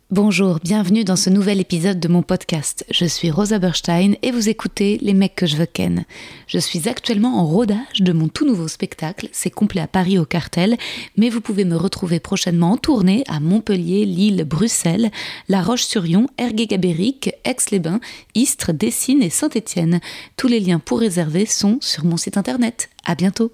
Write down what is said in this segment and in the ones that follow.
Bonjour, bienvenue dans ce nouvel épisode de mon podcast. Je suis Rosa Berstein et vous écoutez Les mecs que je veux ken. Je suis actuellement en rodage de mon tout nouveau spectacle, c'est complet à Paris au Cartel, mais vous pouvez me retrouver prochainement en tournée à Montpellier, Lille, Bruxelles, La Roche-sur-Yon, Ergué-Gabéric, Aix-les-Bains, Istres, Dessines et Saint-Étienne. Tous les liens pour réserver sont sur mon site internet. À bientôt.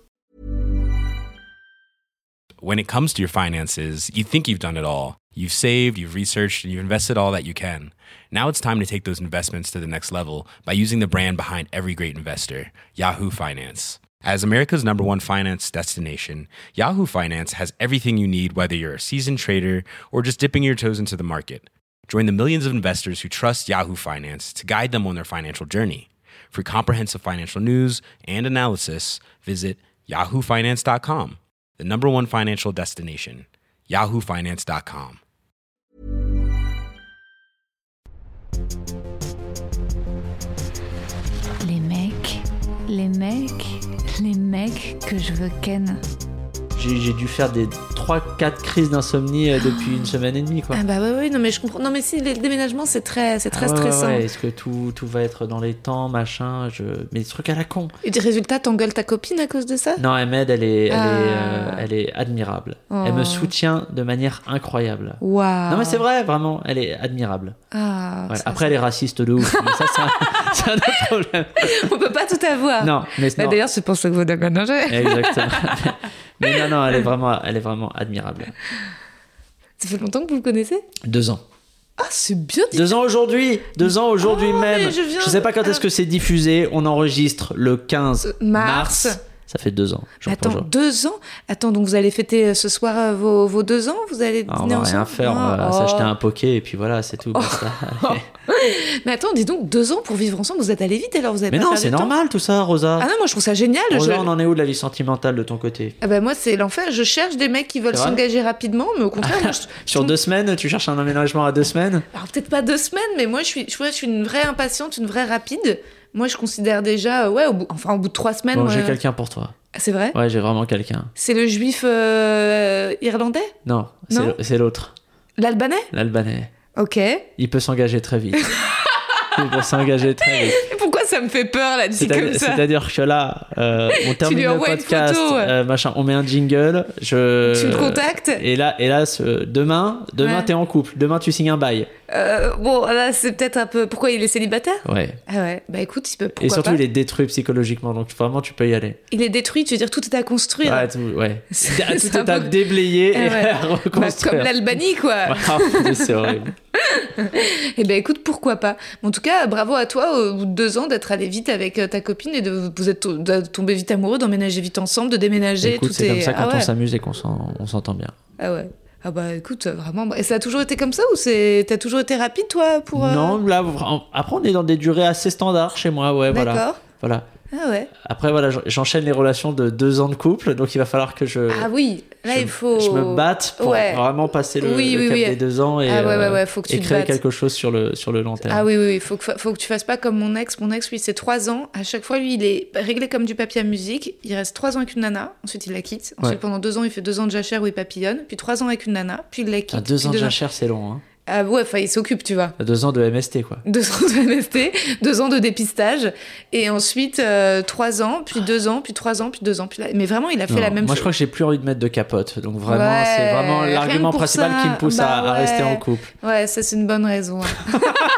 When it comes to your finances, you think you've done it all. You've saved, you've researched, and you've invested all that you can. Now it's time to take those investments to the next level by using the brand behind every great investor, Yahoo Finance. As America's #1 finance destination, Yahoo Finance has everything you need, whether you're a seasoned trader or just dipping your toes into the market. Join the millions of investors who trust Yahoo Finance to guide them on their financial journey. For comprehensive financial news and analysis, visit yahoofinance.com. The #1 financial destination, yahoofinance.com. Les mecs que je veux ken. J'ai dû faire des 3-4 crises d'insomnie depuis une semaine et demie, quoi. Ah bah oui, non mais je comprends. Non mais si, les déménagements c'est très stressant. Ouais. Est-ce que tout va être dans les temps, machin, mais des trucs à la con. Et du résultat, t'engueules ta copine à cause de ça ? Non, Ahmed, elle est admirable. Oh. Elle me soutient de manière incroyable. Waouh. Non mais c'est vrai, vraiment, elle est admirable. Ah. Voilà. Après, elle est raciste de ouf. Mais ça, c'est un autre problème. On peut pas tout avoir. Non, mais Bah, d'ailleurs, c'est pour ça que vous déménagez. Exactement. Mais non, elle est vraiment admirable. Ça fait longtemps que vous le connaissez ? 2 ans. Ah, c'est bien dit. 2 ans aujourd'hui Oh, même. mais Je sais pas quand est-ce que c'est diffusé. On enregistre le 15 mars. Ça fait 2 ans. Attends, 2 ans ? Attends, donc vous allez fêter ce soir vos 2 ans ? Vous allez on dîner va ensemble ? rien faire, on va s'acheter un poké et puis voilà, c'est tout. Basta. Mais attends, dis donc, 2 ans pour vivre ensemble, vous êtes allés vite alors, vous avez Mais pas non, perdu c'est de temps ? normal tout ça, Rosa. Ah non, moi je trouve ça génial. Rosa, on en est où de la vie sentimentale de ton côté ? Ah bah moi c'est l'enfer, je cherche des mecs qui veulent C'est vrai s'engager rapidement, mais au contraire moi, Sur 2 semaines, tu cherches un aménagement à 2 semaines ? Alors peut-être pas 2 semaines, mais moi je suis une vraie impatiente, une vraie rapide. Moi je considère déjà, au bout de 3 semaines... Bon, j'ai quelqu'un pour toi. Ah, c'est vrai ? Ouais, j'ai vraiment quelqu'un. C'est le juif irlandais ? Non, Non c'est l'autre. L'albanais ? L'Albanais. Ok. Et Il peut s'engager très vite. pourquoi ça me fait peur là, dit comme ça ? C'est-à-dire que là, on termine lui le envoies une podcast, photo, ouais. machin, on met un jingle, Tu le contactes ? Et là, demain, Ouais. t'es en couple. Demain, tu signes un bail. Bon, là c'est peut-être un peu... Pourquoi il est célibataire ? Ouais. Ah ouais, bah écoute, il peut... Pourquoi Et surtout, pas. il est détruit psychologiquement, donc vraiment, tu peux y aller. Il est détruit, tu veux dire tout est à construire. Ouais, ouais. C'est Tout un est à peu- déblayer et Ouais. à Bah, reconstruire. comme l'Albanie, quoi. Ah, c'est horrible. Eh ben écoute, pourquoi pas. En tout cas, bravo à toi, au bout de 2 ans, d'être allé vite avec ta copine et de tomber vite amoureux, d'emménager vite ensemble, de déménager. Écoute, tout c'est est... comme ça quand ah ouais. on s'amuse et qu'on s'entend bien. Ah ouais. Ah bah écoute, vraiment. Et ça a toujours été comme ça ou t'as toujours été rapide, toi, pour... Non, là, après, on est dans des durées assez standards chez moi, ouais, voilà. D'accord. Voilà. Ah ouais. Après, voilà, j'enchaîne les relations de 2 ans de couple, donc il va falloir que Ah oui, là il faut... je me batte pour Ouais. vraiment passer le cap des 2 ans et, ouais, faut que tu et te créer battes. quelque chose sur le long terme. Ah oui, faut que tu fasses pas comme mon ex. Mon ex, lui, c'est 3 ans. À chaque fois, lui, il est réglé comme du papier à musique. Il reste 3 ans avec une nana. Ensuite, il la quitte. Ensuite, Ouais. pendant 2 ans, il fait 2 ans de jachère où il papillonne. Puis 3 ans avec une nana. Puis il la quitte. 2 ans Puis de jachère, c'est long. Hein. Ah ouais, enfin, il s'occupe, tu vois. 2 ans de MST, quoi. 2 ans de MST, 2 ans de dépistage. Et ensuite, 3 ans, puis 2 ans, puis 3 ans, puis 2 ans. Puis là... Mais vraiment, il a fait Non, la même moi, chose. je crois que j'ai plus envie de mettre de capote. Donc vraiment, Ouais, c'est vraiment rien l'argument que pour principal ça. qui me pousse Bah à rester ouais. en couple. Ouais, ça, c'est une bonne raison. hein.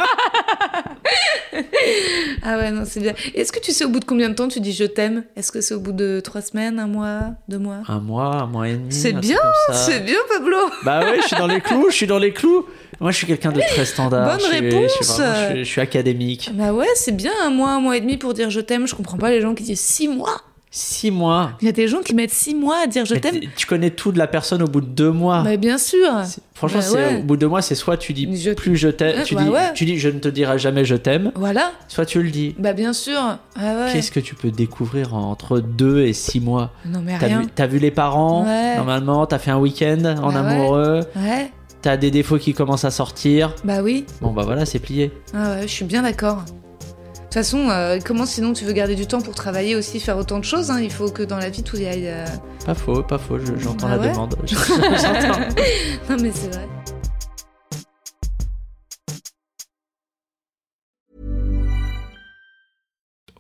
Ah ouais, non, c'est bien. Et est-ce que tu sais au bout de combien de temps tu dis je t'aime ? Est-ce que c'est au bout de 3 semaines, 1 mois, 2 mois ? 1 mois et demi. C'est un truc bien, comme ça. c'est bien, Pablo. Bah ouais, je suis dans les clous. Moi, je suis quelqu'un de très standard. Bonne réponse. Je suis académique. Bah ouais, c'est bien 1 mois et demi pour dire je t'aime. Je comprends pas les gens qui disent 6 mois. 6 mois. Il y a des gens qui mettent 6 mois à dire je Mais t'aime. tu connais tout de la personne au bout de 2 mois. Bah bien sûr. Franchement, Bah ouais. au bout de 2 mois, c'est soit tu dis plus je t'aime, Ouais, tu bah dis je ne te dirai jamais je t'aime, Voilà. soit tu le dis. Bah bien sûr. Ah ouais. Qu'est-ce que tu peux découvrir entre 2 et 6 mois ? Non mais rien. T'as vu les parents, Ouais. normalement, t'as fait un week-end en Bah ouais. amoureux, Ouais. t'as des défauts qui commencent à sortir. Bah oui. Bon, bah voilà, c'est plié. Ah ouais, je suis bien d'accord. De toute façon, comment sinon tu veux garder du temps pour travailler aussi, faire autant de choses, hein. Il faut que dans la vie tout y aille. Pas faux, j'entends Ah la ouais demande. J'entends. Non mais c'est vrai.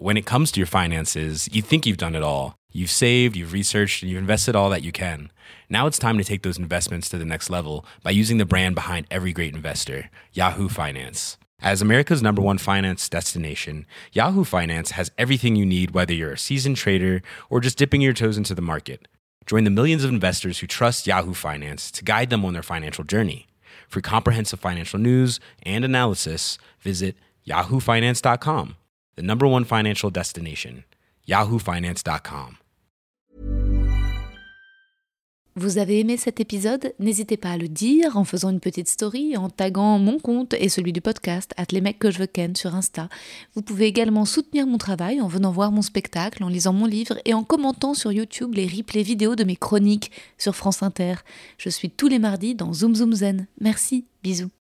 When it comes to your finances, you think you've done it all. You've saved, you've researched, and you've invested all that you can. Now it's time to take those investments to the next level by using the brand behind every great investor, Yahoo Finance. As America's #1 finance destination, Yahoo Finance has everything you need, whether you're a seasoned trader or just dipping your toes into the market. Join the millions of investors who trust Yahoo Finance to guide them on their financial journey. For comprehensive financial news and analysis, visit yahoofinance.com, the #1 financial destination, yahoofinance.com. Vous avez aimé cet épisode ? N'hésitez pas à le dire en faisant une petite story, en taguant mon compte et celui du podcast @lesmecsquejeveusken sur Insta. Vous pouvez également soutenir mon travail en venant voir mon spectacle, en lisant mon livre et en commentant sur YouTube les replays vidéo de mes chroniques sur France Inter. Je suis tous les mardis dans Zoom Zoom Zen. Merci, bisous.